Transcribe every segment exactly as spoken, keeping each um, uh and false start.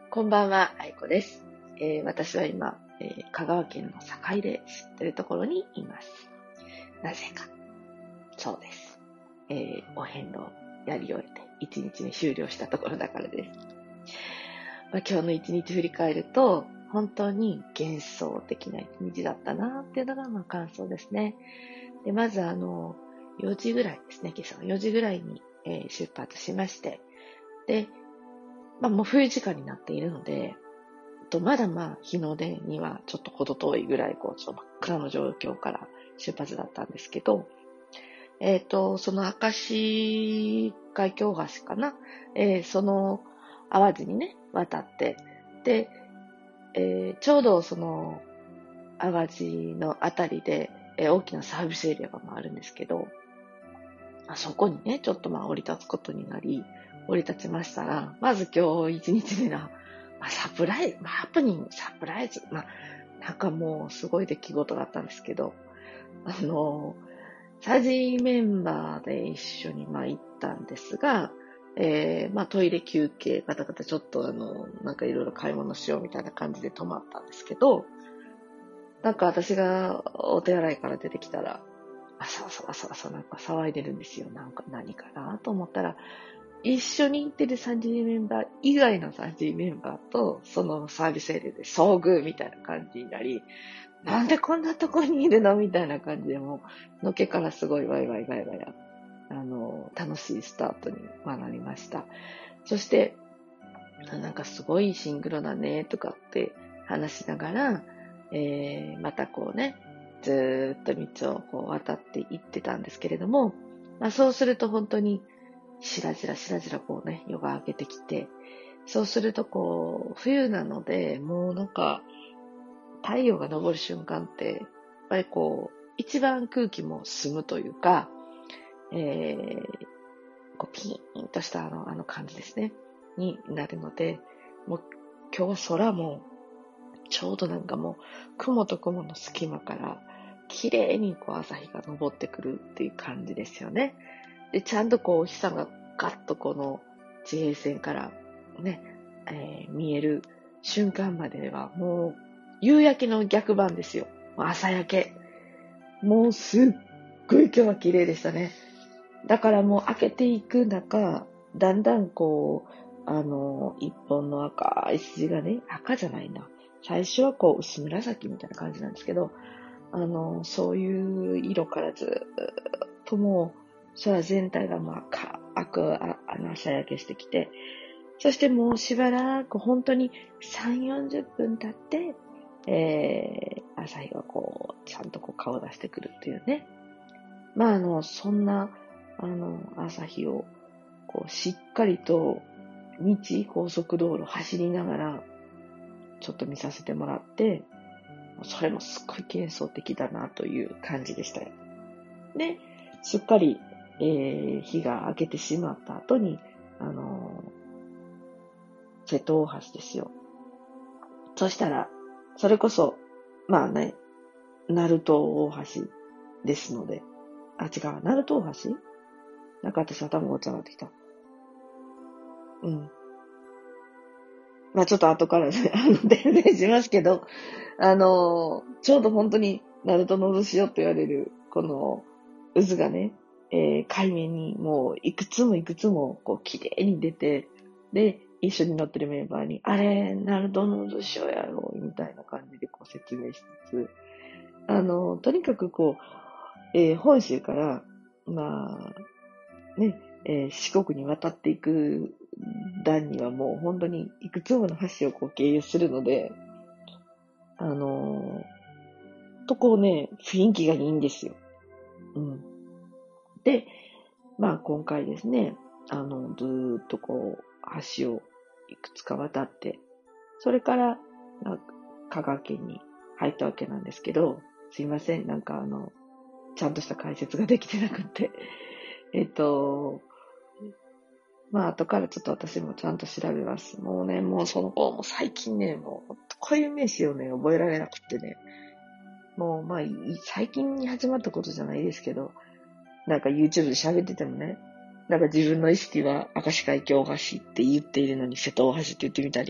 こんばんは、あいこです。えー、私は今、えー、香川県の坂出市というところにいます。なぜか、そうです。えー、お遍路やり終えて、いちにちめ終了したところだからです。まあ、今日のいちにち振り返ると、本当に幻想的ないちにちだったなっていうのが、まあ、感想ですね。で、まずあの、よじぐらいですね、今朝のよじぐらいに、えー、出発しまして、で、まあ、もう冬時間になっているので、とまだまあ日の出にはちょっと程遠いぐらいこうちょっと真っ暗の状況から出発だったんですけど、えっ、ー、とその明石海峡橋かな、えー、その淡路にね渡ってで、えー、ちょうどその淡路のあたりで、えー、大きなサービスエリアがあるんですけど、あそこにねちょっとまあ降り立つことになり降り立ちましたら、まず今日いちにちめのまあ、サプライズ、まあ、ハプニング、サプライズ、まあ、なんかもうすごい出来事だったんですけど、あの、サジメンバーで一緒にまあ行ったんですが、えー、まあトイレ休憩、ガタガタちょっとあの、なんかいろいろ買い物しようみたいな感じで泊まったんですけど、なんか私がお手洗いから出てきたら、あさわさわさわさなんか騒いでるんですよ。なんか何かなと思ったら、一緒に行ってるさんじメンバー以外のさんじメンバーとそのサービスエリアで遭遇みたいな感じになり、なんでこんなとこにいるのみたいな感じで、もうのけからすごいワイワイガヤガヤ、あの、楽しいスタートになりました。そして、なんかすごいシンクロだねとかって話しながら、えー、またこうね、ずーっと道をこう渡っていってたんですけれども、まあそうすると本当にしらじらしらじらこうね、夜が明けてきて、そうするとこう、冬なので、もうなんか、太陽が昇る瞬間って、やっぱりこう、一番空気も澄むというか、えー、こうピーンとしたあの、あの感じですね、になるので、もう今日は空も、ちょうどなんかもう、雲と雲の隙間から、綺麗にこう朝日が昇ってくるっていう感じですよね。で、ちゃんとこう、お日さんがガッとこの地平線からね、えー、見える瞬間までは、もう、夕焼けの逆版ですよ。朝焼け。もうすっごい今日は綺麗でしたね。だからもう開けていく中、だんだんこう、あの、一本の赤い筋がね、赤じゃないな。最初はこう、薄紫みたいな感じなんですけど、あの、そういう色からずっともう、空全体がもう赤、赤、あの、朝焼けしてきて、そしてもうしばらく本当にさん、よんじゅっぷん経って、えー、朝日がこう、ちゃんとこう顔を出してくるっていうね。まああの、そんな、あの、朝日を、こう、しっかりと、道、高速道路走りながら、ちょっと見させてもらって、それもすっごい幻想的だなという感じでしたよ。で、すっかり、えー、日が明けてしまった後に、あのー、瀬戸大橋ですよ。そしたら、それこそ、まあね、鳴門大橋ですので、あ、違う、鳴門大橋なんか私頭ごちゃがってきた。うん。まあちょっと後からね、あの、伝言しますけど、あのー、ちょうど本当に、鳴門の渦潮と言われる、この渦がね、えー、海面にもういくつもいくつもこう綺麗に出て、で、一緒に乗ってるメンバーに、あれ、鳴門の渦潮やろう、みたいな感じでこう説明しつつ、あの、とにかくこう、えー、本州から、まあ、ね、えー、四国に渡っていく段にはもう本当にいくつもの橋をこう経由するので、あのー、とこうね、雰囲気がいいんですよ。うん。で、まあ今回ですね、あの、ずーっとこう、橋をいくつか渡って、それから、香川県に入ったわけなんですけど、すいません、なんかあの、ちゃんとした解説ができてなくて、えっと、まあ後からちょっと私もちゃんと調べます。もうね、もうその子、もう最近ね、もうこういう名詞をね、覚えられなくってね、もうまあ最近に始まったことじゃないですけど、なんか YouTube で喋っててもね、なんか自分の意識は明石海峡大橋って言っているのに瀬戸大橋って言ってみたり、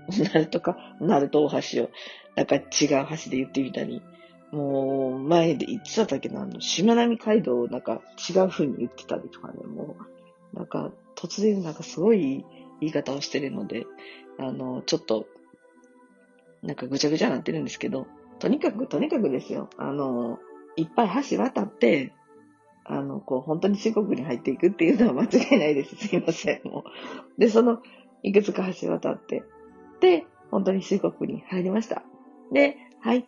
なるとか、なると大橋を、なんか違う橋で言ってみたり、もう前で言ってただけのあの、しまなみ海道をなんか違う風に言ってたりとかね、もう、なんか突然なんかすごい言い方をしてるので、あの、ちょっと、なんかぐちゃぐちゃになってるんですけど、とにかく、とにかくですよ、あの、いっぱい橋渡って、あの、こう、本当に四国に入っていくっていうのは間違いないです。すいません、もう。で、その、いくつか橋渡って、で、本当に四国に入りました。で、入って、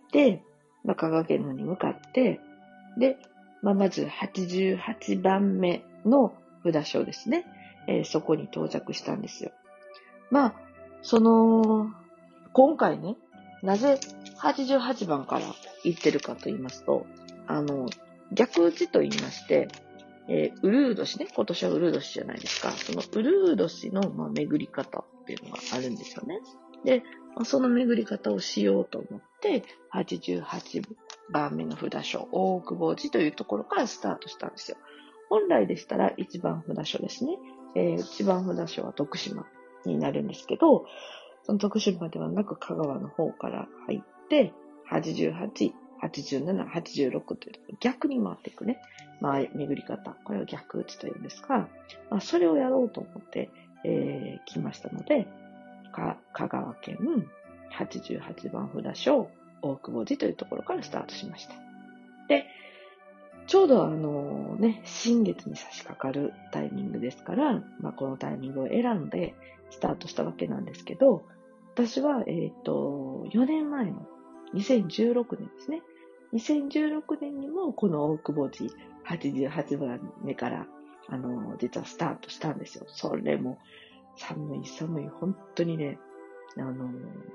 まあ、香川県の方に向かって、で、まあ、まずはちじゅうはちばんめの札所ですね。えーそこに到着したんですよ。まあ、その、今回ね、なぜはちじゅうはちばんから行ってるかと言いますと、あの、逆打ちと言いまして、えー、ウルー年ね、今年はウルー年じゃないですか。そのウルー年の、まあ、巡り方っていうのがあるんですよね。で、まあ、その巡り方をしようと思って、はちじゅうはちばんめの札所、大久保寺というところからスタートしたんですよ。本来でしたらいちばん札所ですね。えー、いちばん札所は徳島になるんですけど、その徳島ではなく香川の方から入って、はちじゅうはち、はちじゅうなな、はちじゅうろくという逆に回っていくね。まあ、巡り方。これを逆打ちというんですが、まあ、それをやろうと思って、えー、来ましたので、か香川県はちじゅうはちばん札所、大久保寺というところからスタートしました。で、ちょうどあのね、新月に差し掛かるタイミングですから、まあ、このタイミングを選んでスタートしたわけなんですけど、私は、えっと、よねんまえのにせんじゅうろくねんですね。にせんじゅうろくねんにもこの大久保寺はちじゅうはちばんめから、あの、実はスタートしたんですよ。それも寒い寒い、本当にね、あの、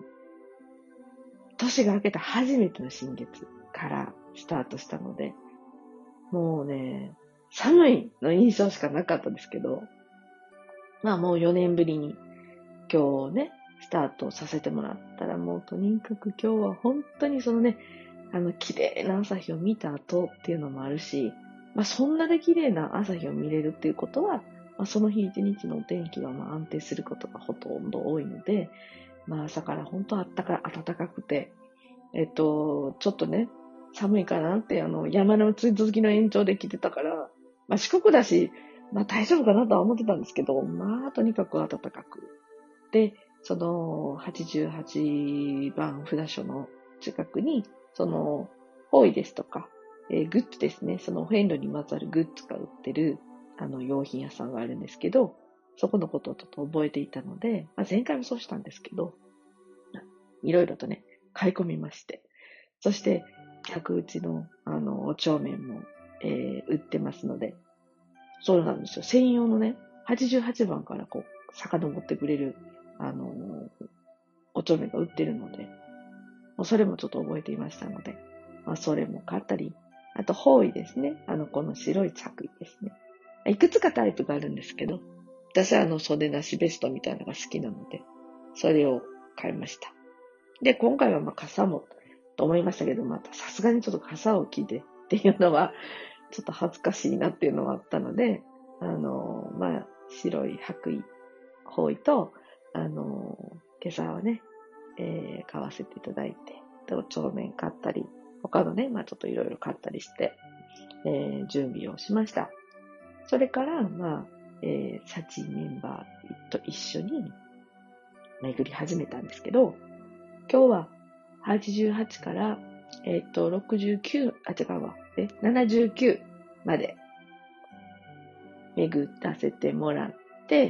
年が明けた初めての新月からスタートしたので、もうね、寒いの印象しかなかったですけど、まあもうよねんぶりに今日ね、スタートさせてもらったら、もうとにかく今日は本当にそのね、あの綺麗な朝日を見た後っていうのもあるし、まあそんなで綺麗な朝日を見れるっていうことは、まあ、その日一日のお天気がまあ安定することがほとんど多いので、まあ朝から本当あったか、暖かくて、えっと、ちょっとね、寒いかなって、あの、山の続きの延長で来てたから、まあ四国だし、まあ大丈夫かなとは思ってたんですけど、まあとにかく暖かく。で、そのはちじゅうはちばん札所の近くに、その、方位ですとか、えーグッズですね、そのお遍路にまつわるグッズが売ってる、あの、用品屋さんがあるんですけど、そこのことをちょっと覚えていたので、まあ、前回もそうしたんですけど、いろいろとね、買い込みまして、そして、客打ちの、あの、お帳面も、えー売ってますので、そうなんですよ。専用のね、はちじゅうはちばんからこう、遡ってくれる、あのーお帳面が売ってるので、もうそれもちょっと覚えていましたので、まあ、それも買ったり、あと、方位ですね。あの、この白い着衣ですね。いくつかタイプがあるんですけど、私はあの、袖なしベストみたいなのが好きなので、それを買いました。で、今回はまあ、傘も、と思いましたけど、またさすがにちょっと傘を着てっていうのは、ちょっと恥ずかしいなっていうのがあったので、あの、まあ、白い白衣、方位と、あの、今朝はね、えー、買わせていただいて、で、お帳面買ったり、他のね、まあちょっといろいろ買ったりして、えー、準備をしました。それから、まあ、えー、シャチメンバーと一緒に巡り始めたんですけど、今日ははちじゅうはちから、えっと、ろくじゅうきゅう、あ、違うわ、え、ななじゅうきゅうまで巡らせてもらって、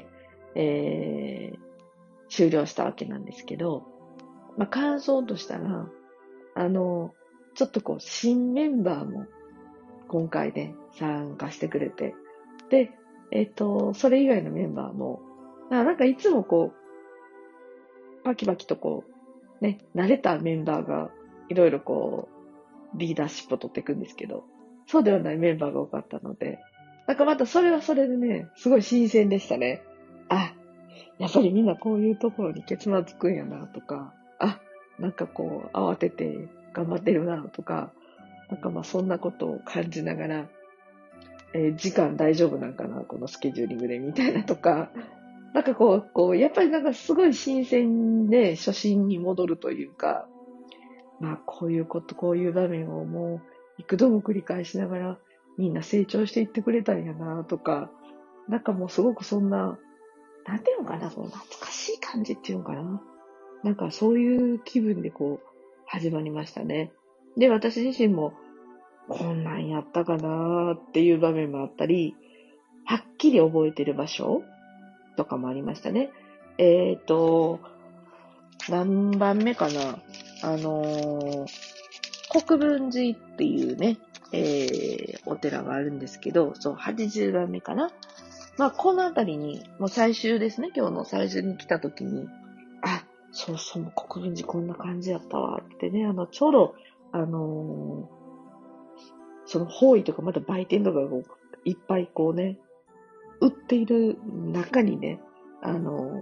えー、終了したわけなんですけど、まあ、感想としたら、あの、ちょっとこう、新メンバーも今回で参加してくれて、で、えっと、それ以外のメンバーも、なんかいつもこう、パキパキとこう、ね、慣れたメンバーがいろいろこう、リーダーシップを取っていくんですけど、そうではないメンバーが多かったので、なんかまたそれはそれでね、すごい新鮮でしたね。あ、やっぱりみんなこういうところに結末つくんやなとか、あ、なんかこう、慌てて頑張ってるなとか、なんかまあそんなことを感じながら、えー時間大丈夫なんかなこのスケジューリングでみたいなとか、 なんかこう、こう、やっぱりなんかすごい新鮮で初心に戻るというか、まあこういうこと、こういう場面をもう幾度も繰り返しながらみんな成長していってくれたんやなとか、なんかもうすごくそんな、なんていうのかな、こう懐かしい感じっていうのかな。なんかそういう気分でこう始まりましたね。で、私自身もこんなんやったかなっていう場面もあったり、はっきり覚えてる場所とかもありましたね。えっと、何番目かなあのー、国分寺っていうね、えー、お寺があるんですけど、そう、はちじゅうばんめかな。まあ、このあたりに、もう最終ですね、今日の最終に来た時に、あ、そうそう、国分寺こんな感じやったわってね、あの、ちょうど、あのー、その方位とかまた売店とかがいっぱいこうね、売っている中にね、あのー、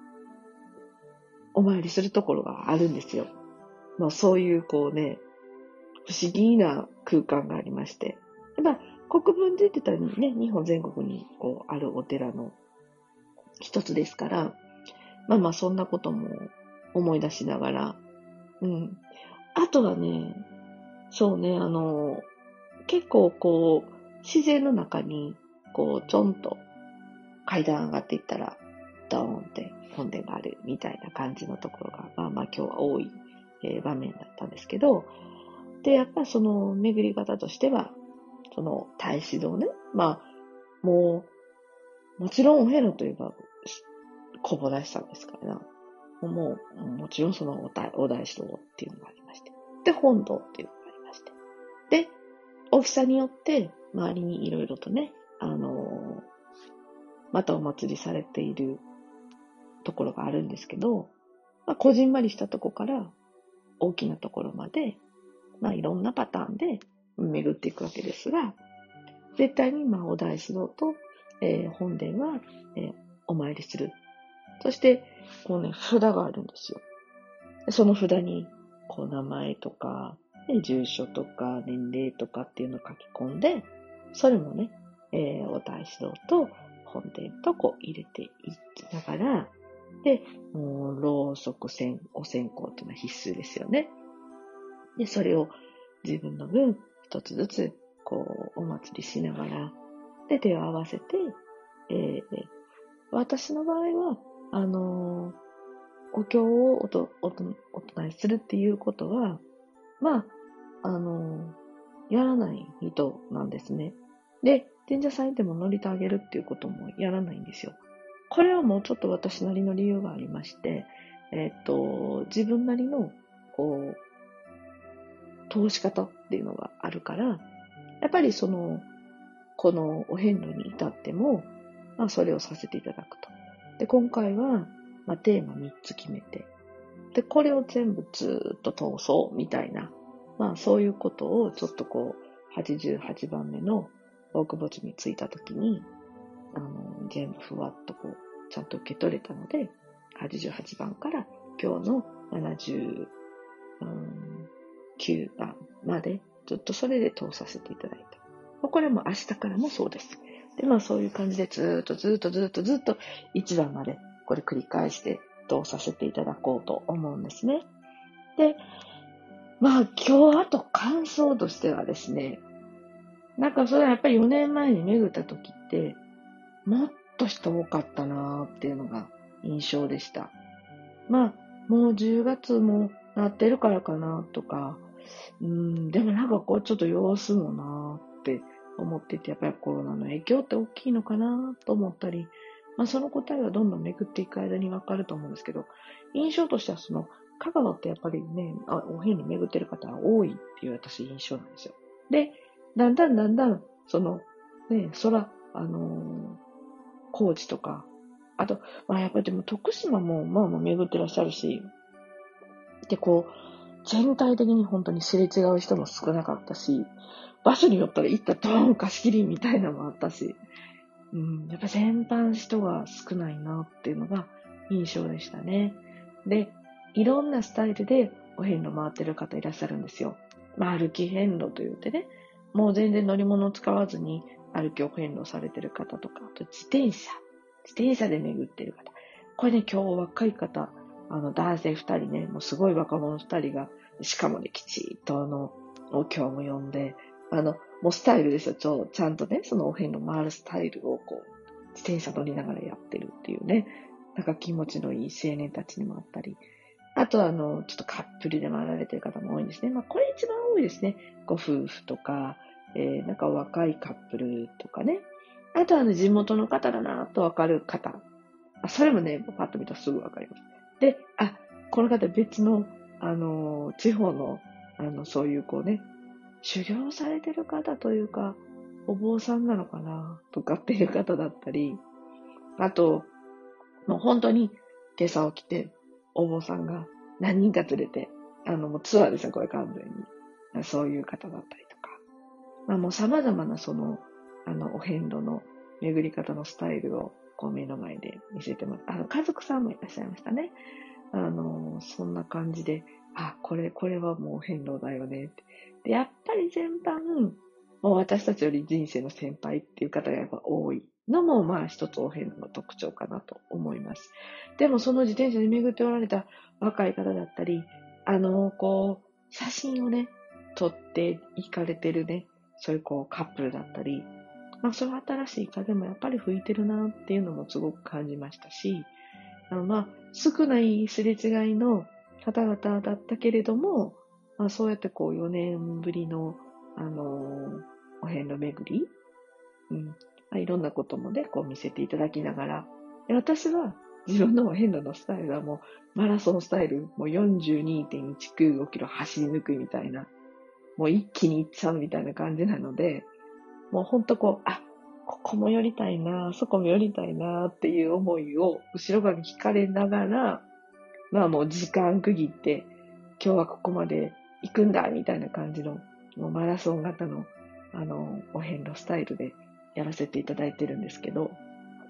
お参りするところがあるんですよ。まあそういうこうね、不思議な空間がありまして。まあ、国分寺って言ったらね、日本全国にこうあるお寺の一つですから、まあまあそんなことも思い出しながら、うん。あとはね、そうね、あの、結構こう、自然の中に、こう、ちょんと階段上がっていったら、ドーンって本殿があるみたいな感じのところが、まあまあ今日は多い、えー場面だったんですけど、で、やっぱりその巡り方としては、その太子堂ね、まあ、もう、もちろんお遍路といえば、小林さんですからな。もう、もちろんそのお大お大師堂っていうのがありまして。で、本堂っていうのがありまして。で、大きさによって、周りにいろいろとね、あのー、またお祭りされているところがあるんですけど、まあ、こじんまりしたとこから大きなところまで、まあ、いろんなパターンで巡っていくわけですが、絶対に、まあ、お大師堂と、えー本殿は、えーお参りする。そして、こうね、札があるんですよ。その札に、こう、名前とか、ね住所とか、年齢とかっていうのを書き込んで、それもね、えーお大師堂と本殿とこう入れていきながら、で、もう、ろうそく、線、お線香っていうのは必須ですよね。で、それを自分の分、一つずつ、こう、お祭りしながら、で、手を合わせて、えー、私の場合は、あのーお経をおとおとお唱えするっていうことは、まあ、あのーやらない人なんですね。で、神社さん行っても乗りてあげるっていうこともやらないんですよ。これはもうちょっと私なりの理由がありまして、えっと、自分なりの、こう、通し方っていうのがあるから、やっぱりその、このお遍路に至っても、まあそれをさせていただくと。で、今回は、まあテーマみっつ決めて、で、これを全部ずーっと通そうみたいな、まあそういうことをちょっとこう、はちじゅうはちばんめの大久保地に着いたときに、あの、全部ふわっとこう、ちゃんと受け取れたので、はちじゅうはちばんから今日のななじゅうきゅうばんまで、ずっとそれで通させていただいた。これも明日からもそうです。で、まあそういう感じでずーっとずーっとずーっとずーっといちばんまでこれ繰り返して通させていただこうと思うんですね。で、まあ今日あと感想としてはですね、なんかそれはやっぱりよねんまえに巡った時って、もっと人多かったなーっていうのが印象でした。まあ、もうじゅうがつもなってるからかなとか、うん、でもなんかこうちょっと様子もなーって思ってて、やっぱりコロナの影響って大きいのかなと思ったり、まあその答えはどんどん巡っていく間にわかると思うんですけど、印象としてはその、香川ってやっぱりね、あお遍路巡ってる方が多いっていう私印象なんですよ。で、だんだんだんだん、その、ね、空、あのー高知とか、あと、まあやっぱりでも徳島もまあまあ巡ってらっしゃるし、でこう、全体的に本当にすれ違う人も少なかったし、場所によったら行ったドーン貸し切りみたいなのもあったし、うん、やっぱ全般人が少ないなっていうのが印象でしたね。で、いろんなスタイルでお遍路回ってる方いらっしゃるんですよ。まあ歩き遍路と言ってね、もう全然乗り物を使わずに歩きお遍路されてる方とか、あと自転車。 自転車で巡っている方。これね、今日若い方、あの、男性二人ね、もうすごい若者二人が、しかもね、きちっとあの、今日も呼んで、あの、もうスタイルですよ。ちょ、ちゃんとね、そのお遍路回るスタイルをこう、自転車乗りながらやってるっていうね、なんか気持ちのいい青年たちにもあったり、あとはあの、ちょっとカップルで回られてる方も多いんですね。まあ、これ一番多いですね。ご夫婦とか、えー、なんか若いカップルとかね。あとはあの、地元の方だなとわかる方。あ、それもね、パッと見たらすぐわかります。で、あ、この方別の、あの、地方の、あの、そういうこうね、修行されてる方というか、お坊さんなのかなとかっていう方だったり、あと、もう本当に今朝起きて、お坊さんが何人か連れて、あの、もうツアーですよ、これ完全に。そういう方だったりとか。まあもう様々なその、あの、お遍路の巡り方のスタイルをこう目の前で見せてもらって、あの、家族さんもいらっしゃいましたね。あの、そんな感じで、あ、これ、これはもう遍路だよねって。で、やっぱり全般、もう私たちより人生の先輩っていう方がやっぱ多いのも、まあ一つお遍路の特徴かなと思います。でもその自転車に巡っておられた若い方だったり、あの、こう、写真をね、撮って行かれてるね、そういうこうカップルだったり、まあその新しい風もやっぱり吹いてるなっていうのもすごく感じましたし、あのまあ少ないすれ違いの方々だったけれども、まあそうやってこうよねんぶりの、あのー、お遍路巡り、うん、まあ、いろんなこともね、こう見せていただきながら、私は自分のお遍路のスタイルはもうマラソンスタイル、もう よんじゅうにてんいちきゅうごキロ走り抜くみたいな、もう一気に行っちゃうみたいな感じなので、もうほんとこう、あ、ここも寄りたいな、そこも寄りたいなっていう思いを後ろ側に惹かれながら、まあもう時間区切って、今日はここまで行くんだみたいな感じの、もうマラソン型の、あの、お遍路スタイルでやらせていただいてるんですけど、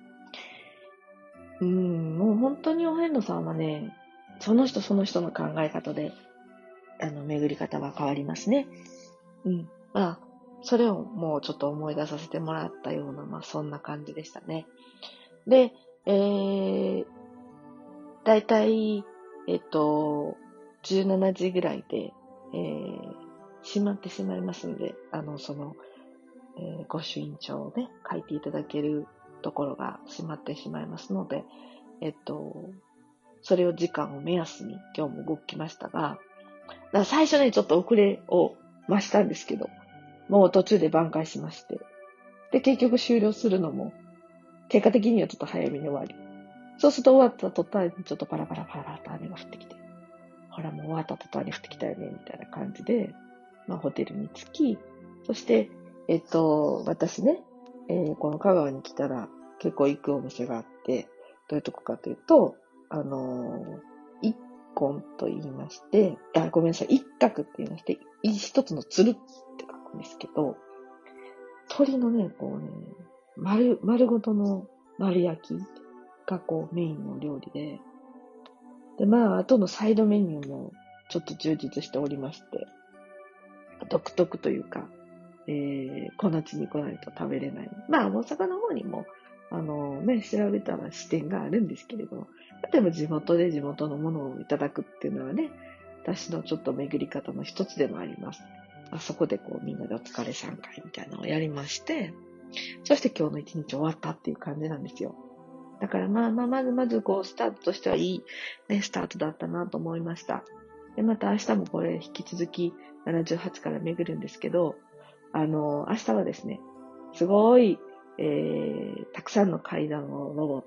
うーん、もう本当にお遍路さんはね、その人その人の考え方で、あの、巡り方は変わりますね。うん。まあ、それをもうちょっと思い出させてもらったような、まあそんな感じでしたね。で、えー、だいたい、えっと、じゅうしちじぐらいで、えー、閉まってしまいますんで、あの、その、えー、御朱印帳をね、書いていただけるところが閉まってしまいますので、えっと、それを時間を目安に今日も動きましたが、だから最初ね、ちょっと遅れを増したんですけど、もう途中で挽回しまして、で、結局終了するのも、結果的にはちょっと早めに終わり。そうすると終わった途端にちょっとパラパラパラパラと雨が降ってきて、ほらもう終わった途端に降ってきたよね、みたいな感じで、まあホテルに着き、そして、えっと、私ね、えー、この香川に来たら結構行くお店があって、どういうとこかというと、あのー、一根と言いまして、あ、ごめんなさい、一角って言いまして、一つの鶴って書くんですけど、鳥のね、こうね、丸、丸ごとの丸焼きがこうメインの料理で、で、まあ、後のサイドメニューもちょっと充実しておりまして、独特というか、えー、この地に来ないと食べれない。まあ、大阪の方にも、あのね、調べたら支店があるんですけれども、例えば地元で地元のものをいただくっていうのはね、私のちょっと巡り方の一つでもあります。あそこでこうみんなでお疲れさん会みたいなのをやりまして、そして今日の一日終わったっていう感じなんですよ。だからまあまあ、まずまずこう、スタートとしてはいい、ね、スタートだったなと思いました。で、また明日もこれ引き続きななじゅうはちから巡るんですけど、あの、明日はですね、すごい、えー、たくさんの階段を登って、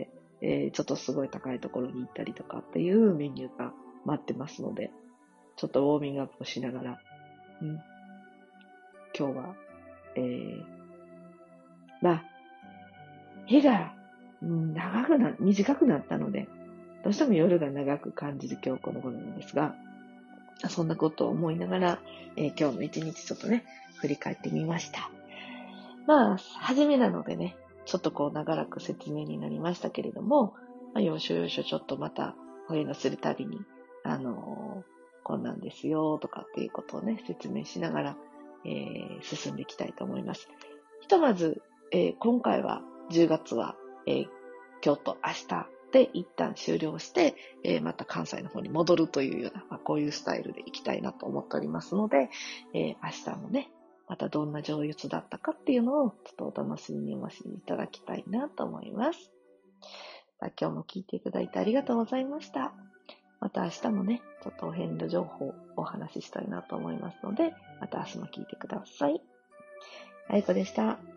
えー、ちょっとすごい高いところに行ったりとかっていうメニューが待ってますので、ちょっとウォーミングアップをしながら、うん、今日は、えー、まあ、日が長くな、短くなったので、どうしても夜が長く感じる今日この頃なんですが、そんなことを思いながら、えー、今日の一日ちょっとね、振り返ってみました。まあ、初めなのでね、ちょっとこう長らく説明になりましたけれども、まあ、要所要所ちょっとまた、こういうのするたびに、あのー、こんなんですよとかっていうことをね、説明しながら、えー、進んでいきたいと思います。ひとまず、えー、今回はじゅうがつは、えー、 今日と明日で一旦終了して、えー、また関西の方に戻るというような、まあ、こういうスタイルでいきたいなと思っておりますので、えー、明日もね、またどんな上術だったかっていうのをちょっとお楽しみにお待ちいただきたいなと思います。今日も聞いていただいてありがとうございました。また明日もね、ちょっとお遍路情報をお話ししたいなと思いますので、また明日も聞いてください。あやこでした。